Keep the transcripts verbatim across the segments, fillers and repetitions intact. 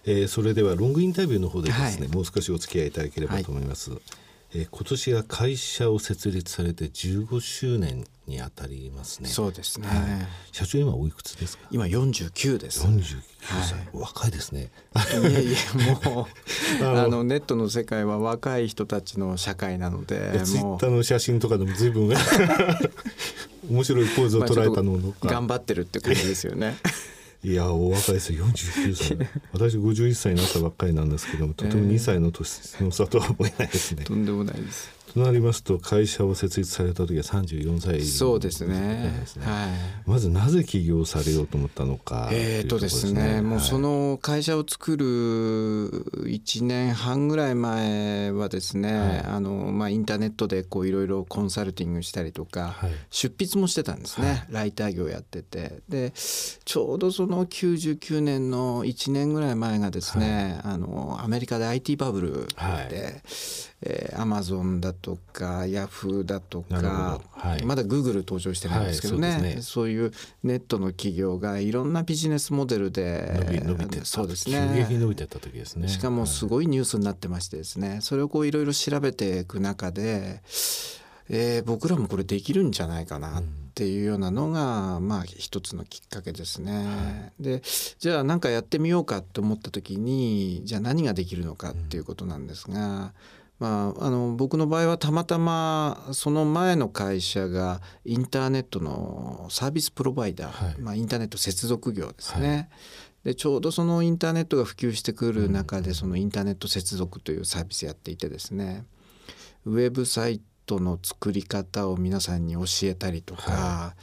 えー、それではロングインタビューの方でですね、 はい、 もう少しお付き合いいただければと思います、はい。えー、今年が会社を設立されてじゅうごしゅうねんにあたりますね。 そうですね、 はい、社長今おいくつですか？ 今よんじゅうきゅうです。 よんじゅうきゅうさい、はい、若いですね。 いやいやもうあのネットの世界は若い人たちの社会なので、 ツイッターの写真とかでも随分面白いポーズを捉えたのか、 まあ、頑張ってるって感じですよね。 いやお若いですよ、よんじゅうきゅうさい。私ごじゅういっさいになったばっかりなんですけども、とてもにさいの年の差とは思えないですね。 とんでもないです。 となりますと会社を設立された時はさんじゅうよんさい、 そうですね、はい、 まずなぜ起業されようと思ったのかというところですね。 えーとですね、もうその会社を作るいちねんはんぐらい前はですね、はい、あのまあ、インターネットでこういろいろコンサルティングしたりとか、はい、出筆もしてたんですね、はい、ライター業やってて、でちょうどそのきゅうじゅうきゅうねんのいちねんぐらい前がですね、はい、あのアメリカで アイティー バブルで、はい、えー、アマゾンだとかヤフーだとか、はい、まだグーグル登場してないんですけどね、はい、そうですね、そういうネットの企業がいろんなビジネスモデルで伸び伸びてた、 そうですね、 急激に伸びてった時ですね。 しかもすごいニュースになってましてですね、それをこういろいろ調べていく中で、えー、僕らもこれできるんじゃないかなっていうようなのが、うん、まあ一つのきっかけですね、はい、でじゃあ何かやってみようかと思った時に、じゃあ何ができるのかっていうことなんですが、うんまあ、あの僕の場合はたまたまその前の会社がインターネットのサービスプロバイダー、はいまあ、インターネット接続業ですね、はい、でちょうどそのインターネットが普及してくる中で、そのインターネット接続というサービスやっていてですね、ウェブサイトの作り方を皆さんに教えたりとか、はい、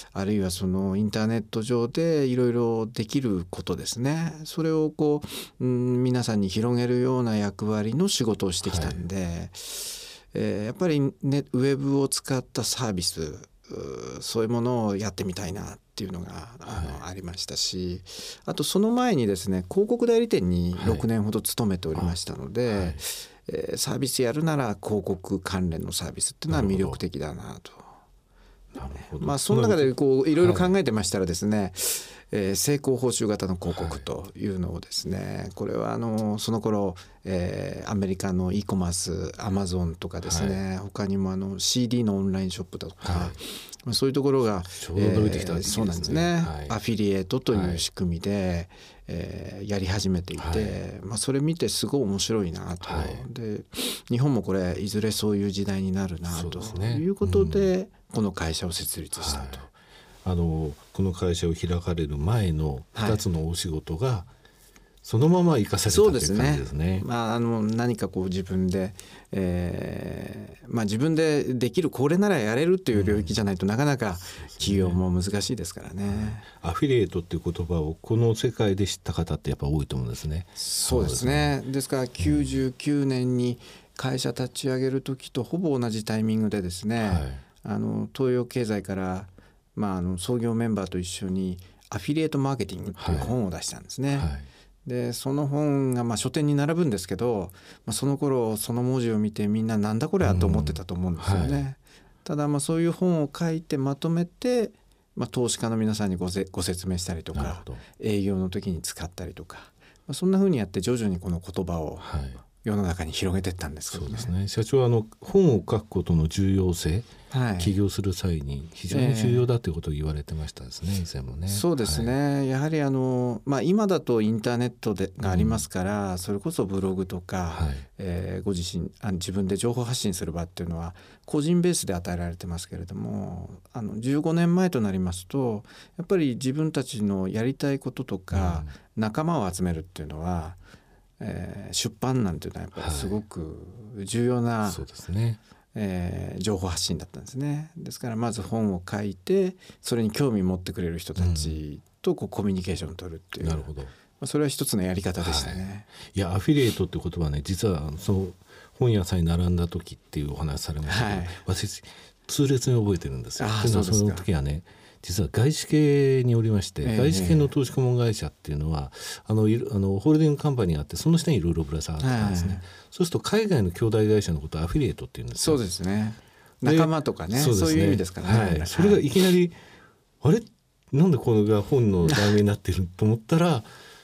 あるいはそのインターネット上でいろいろできることですね、それをこう、うん、皆さんに広げるような役割の仕事をしてきたんで、はいえー、やっぱり、ね、ウェブを使ったサービス、そういうものをやってみたいなっていうのがあの、はい、ありましたし、あとその前にですね、広告代理店にろくねんほど勤めておりましたので、はいはいえー、サービスやるなら広告関連のサービスっていうのは魅力的だなと。なるほど。まあその中でこういろいろ考えてましたらですね、はいえー、成功報酬型の広告というのをですね、はい、これはあのその頃、えー、アメリカの e コマースアマゾンとかですね、はい、他にもあの シーディー のオンラインショップだとか、はいまあ、そういうところがちょうど出てきた時ですね、 えー、そうなんですね、 はい、 アフィリエイトという仕組みで、はいえー、やり始めていて、はいまあ、それ見てすごい面白いなと、はい、で日本もこれいずれそういう時代になるなということで、ねうん、この会社を設立したと、はいあのこの会社を開かれる前のふたつのお仕事がそのまま生かされたという感じですね。そうですね。 まあ、あの何かこう自分で、えーまあ、自分でできるこれならやれるという領域じゃないと、うん、なかなか起業も難しいですからね。 アフィリエイトっていう言葉をこの世界で知った方ってやっぱ多いと思うんですね。 そうですね。ですからきゅうじゅうきゅうねんに会社立ち上げる時とほぼ同じタイミングでですね、はい、あの東洋経済からまあ、あの創業メンバーと一緒にアフィリエイトマーケティングっていう本を出したんですね、はいはい、でその本がまあ書店に並ぶんですけど、まあ、その頃その文字を見てみんななんだこれはと思ってたと思うんですよね、うんはい、ただまあそういう本を書いてまとめて、まあ、投資家の皆さんに ご, ぜご説明したりとか営業の時に使ったりとか、まあ、そんな風にやって徐々にこの言葉を世の中に広げていったんですけどね、 そうですね。社長はあの本を書くことの重要性、はい、起業する際に非常に重要だということを言われてましたですね、えー、以前もね。 そうですね、はい、やはりあの、まあ、今だとインターネットでがありますから、うん、それこそブログとか、はいえー、ご自身あ自分で情報発信する場っていうのは個人ベースで与えられてますけれども、あのじゅうごねんまえとなりますとやっぱり自分たちのやりたいこととか、うん、仲間を集めるっていうのはえー、出版なんていうのはやっぱりすごく重要な、はいそうですねえー、情報発信だったんですね。ですからまず本を書いてそれに興味持ってくれる人たちとこうコミュニケーションを取るっていう、 うん、なるほど、 まあ、それは一つのやり方でしたね、 はい、いやアフィリエイトって言葉ね、実はその本屋さんに並んだ時っていうお話されましたけど、はい、私痛烈に覚えてるんですよ。 あというのはその時はね実は外資系におりまして、えー、外資系の投資顧問会社っていうのはあのあのホールディングカンパニーがあってその下にいろいろぶら下がってたんですね、はい、そうすると海外の兄弟会社のことをアフィリエイトっていうんですよ。 そうですね、仲間とかね、そうですね、そういう意味ですからね、 はい、それがいきなりあれなんでこれが本の題名になってると思ったら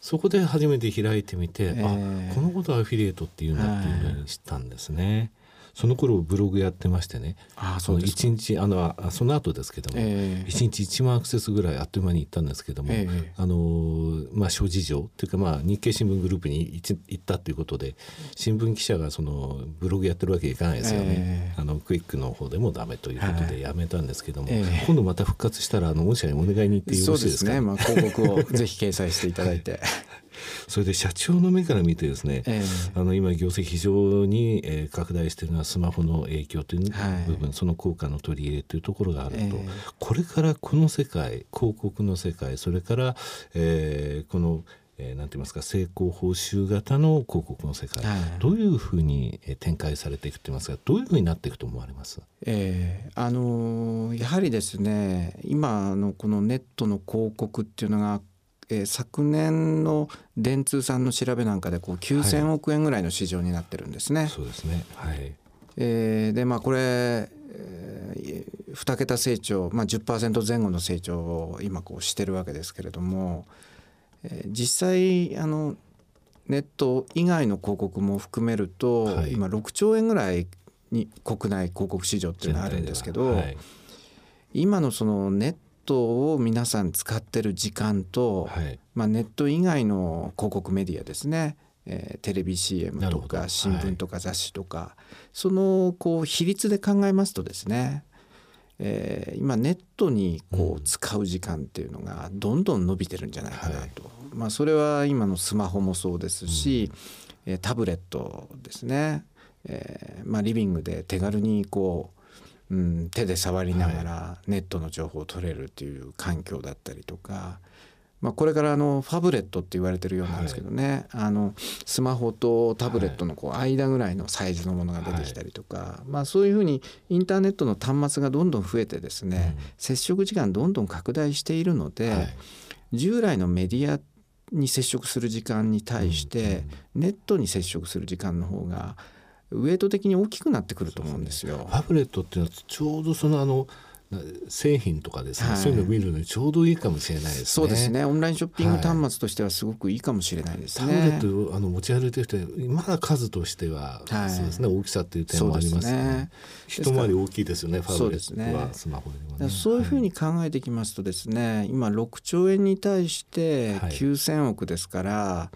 そこで初めて開いてみて、 えー、 あこのことはアフィリエイトっていうんだっていうのに知ったんですね、はい、その頃ブログやってましてね、 あそうですか。 いちにちあのあその後ですけども、えー、いちにちいちまんアクセスぐらいあっという間に行ったんですけども、えーあのまあ、諸事情というか、まあ、日経新聞グループに行ったということで新聞記者がそのブログやってるわけにいかないですよね、えー、あのクイックの方でもダメということでやめたんですけども、えー、今度また復活したらあの御社にお願いに行ってよろしいですか、ね。 そうですね、まあ、広告をぜひ掲載していただいてそれで社長の目から見てですね、えー、あの今業績非常に、えー、拡大しているのはスマホの影響という部分、はい、その効果の取り入れというところがあると、えー、これからこの世界広告の世界それから、えー、このえー、なんて言いますか成功報酬型の広告の世界、はい、どういうふうに展開されていくといいますかどういうふうになっていくと思われます？ えーあのー、やはりですね今のこのネットの広告っていうのが、えー、昨年の電通さんの調べなんかでこうきゅうせんおくえんぐらいの市場になってるんですね、はい、 そうですね、はいえー、でまあこれ、えー、に桁成長、まあ、じゅっパーセント 前後の成長を今こうしてるわけですけれども、実際あのネット以外の広告も含めると、はい、今ろくちょうえんぐらいに国内広告市場っていうのがあるんですけど、はい、今のそのネットを皆さん使ってる時間と、はいまあ、ネット以外の広告メディアですね、えー、テレビ シーエム とか新聞とか雑誌とか、はい、そのこう比率で考えますとですねえー、今ネットにこう使う時間っていうのがどんどん伸びてるんじゃないかなと、うんはいまあ、それは今のスマホもそうですし、うん、タブレットですね、えーまあ、リビングで手軽にこう、うん、手で触りながらネットの情報を取れるっていう環境だったりとか、まあ、これからあのファブレットって言われてるようなんですけどね、はい、あのスマホとタブレットのこう間ぐらいのサイズのものが出てきたりとか、はいまあ、そういうふうにインターネットの端末がどんどん増えてですね、うん、接触時間どんどん拡大しているので、はい、従来のメディアに接触する時間に対してネットに接触する時間の方がウェイト的に大きくなってくると思うんですよ。 ファブレットっていうのはちょうどそのあの製品とかですね、はい、そういうのを見るのにちょうどいいかもしれないですね。 そうですね、オンラインショッピング端末としてはすごくいいかもしれないですね、 はい、タブレットをあの持ち歩いてる人はまだ数としては、はい、そうですね、大きさっていう点もありますね。一回り大きいですよね、ファブレットはスマホでもね。 そういうふうに考えてきますとですね、はい、今ろくちょうえんに対してきゅうせんおくですから、はい、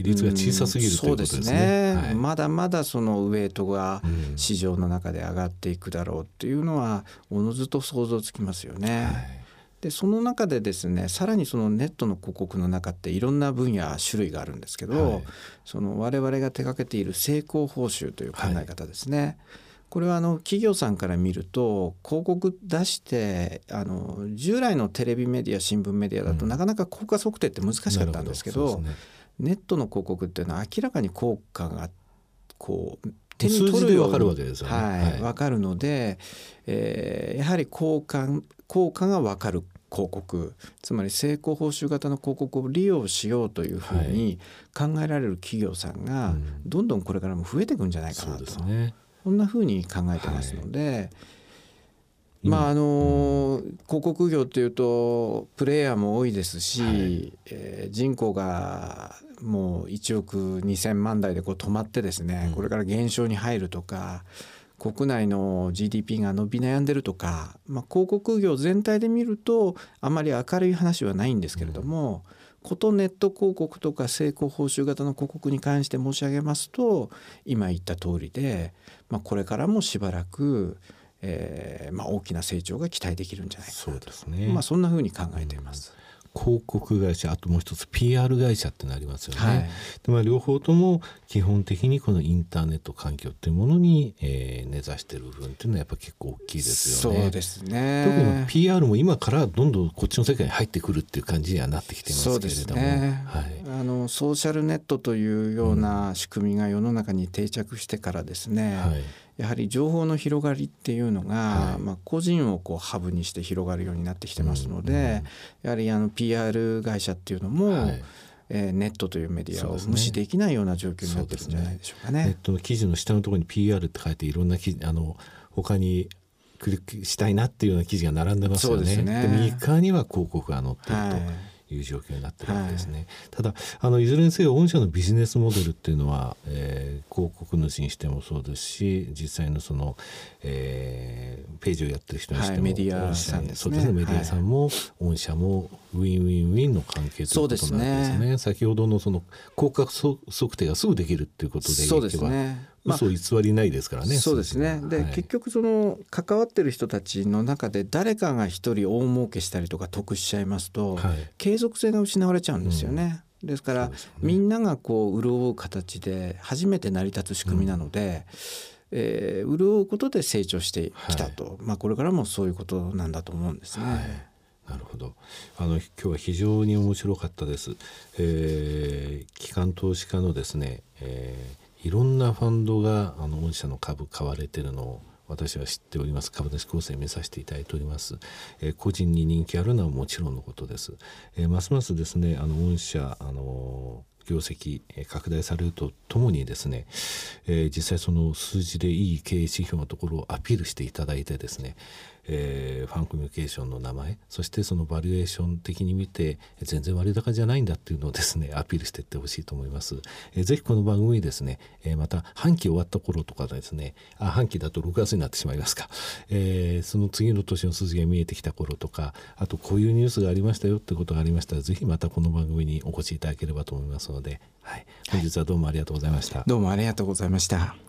比率が小さすぎるということですね。そうですね、 はい、まだまだそのウェイトが市場の中で上がっていくだろうっていうのはおのずと想像つきますよね、はい、でその中でですねさらにそのネットの広告の中っていろんな分野種類があるんですけど、はい、その我々が手掛けている成功報酬という考え方ですね、はい、これはあの企業さんから見ると広告出してあの従来のテレビメディア新聞メディアだとなかなか効果測定って難しかったんですけど、うんどね、ネットの広告っていうのは明らかに効果がこう手に取るように分かるわけですよね、はいはい、分かるので、えー、やはり効果、効果が分かる広告、つまり成功報酬型の広告を利用しようというふうに考えられる企業さんがどんどんこれからも増えていくんじゃないかなと、うん、そうですね、こんなふうに考えてますので、はい、まああの、うん、広告業っていうとプレイヤーも多いですし、はいえー、人口がもういちおくにせんまん台でこう止まってですね、うん、これから減少に入るとか国内の ジーディーピー が伸び悩んでるとか、まあ、広告業全体で見るとあまり明るい話はないんですけれども、うん、ことネット広告とか成功報酬型の広告に関して申し上げますと今言った通りで、まあ、これからもしばらくえーまあ、大きな成長が期待できるんじゃないかなと、そうですね、まあ、そんなふうに考えています、 うん、広告会社あともう一つ ピーアール 会社ってなりますよね、はいでまあ、両方とも基本的にこのインターネット環境っていうものに、えー、根ざしている部分っていうのはやっぱり結構大きいですよね。 そうですね、 特に ピーアール も今からどんどんこっちの世界に入ってくるっていう感じにはなってきていますけれども、ねはい、 あのソーシャルネットというような仕組みが世の中に定着してからですね、うんはいやはり情報の広がりっていうのが、はいまあ、個人をこうハブにして広がるようになってきてますので、うんうん、やはりあの ピーアール 会社っていうのも、はいえー、ネットというメディアを無視できないような状況になってるんじゃないでしょうかね。 ネットの記事の下のところに ピーアール って書いていろんな記事あの他にクリックしたいなっていうような記事が並んでますよね。そうですね。で右側には広告が載っていると。はいいう状況になっているわけですね、はい、ただあのいずれにせよ御社のビジネスモデルっていうのは、えー、広告主にしてもそうですし実際のその、えー、ページをやってる人にしても、はい、 メディアさんですね、 そうですね、メディアさんも御社もウィンウィンウィンの関係ということなんですね。そうですね、先ほどのその広角測定がすぐできるっていうことでいけば、そうですね、嘘偽りないですからね。 そうですね。で、はい、結局その関わってる人たちの中で誰かが一人大儲けしたりとか得しちゃいますと、はい、継続性が失われちゃうんですよね、うん、ですから、ね、みんながこう潤う形で初めて成り立つ仕組みなので、うん、えー、潤うことで成長してきたと、はい、まあ、これからもそういうことなんだと思うんですね、はい。 なるほど。あの今日は非常に面白かったです、えー、機関投資家のですね、えーいろんなファンドがあの御社の株買われているのを私は知っております。株主構成見させていただいております、えー、個人に人気あるのはもちろんのことです、えー、ますますですねあの御社あの業績拡大されるとともにですね、えー、実際その数字でいい経営指標のところをアピールしていただいてですね、えー、ファンコミュニケーションの名前、そしてそのバリエーション的に見て全然割高じゃないんだっていうのをですねアピールしていってほしいと思います、えー、ぜひこの番組ですね、えー、また半期終わった頃とかですね、あ半期だとろくがつになってしまいますか、えー、その次の年の数字が見えてきた頃とか、あとこういうニュースがありましたよってことがありましたら、ぜひまたこの番組にお越しいただければと思いますので、はい、本日はどうもありがとうございました。 どうもありがとうございました。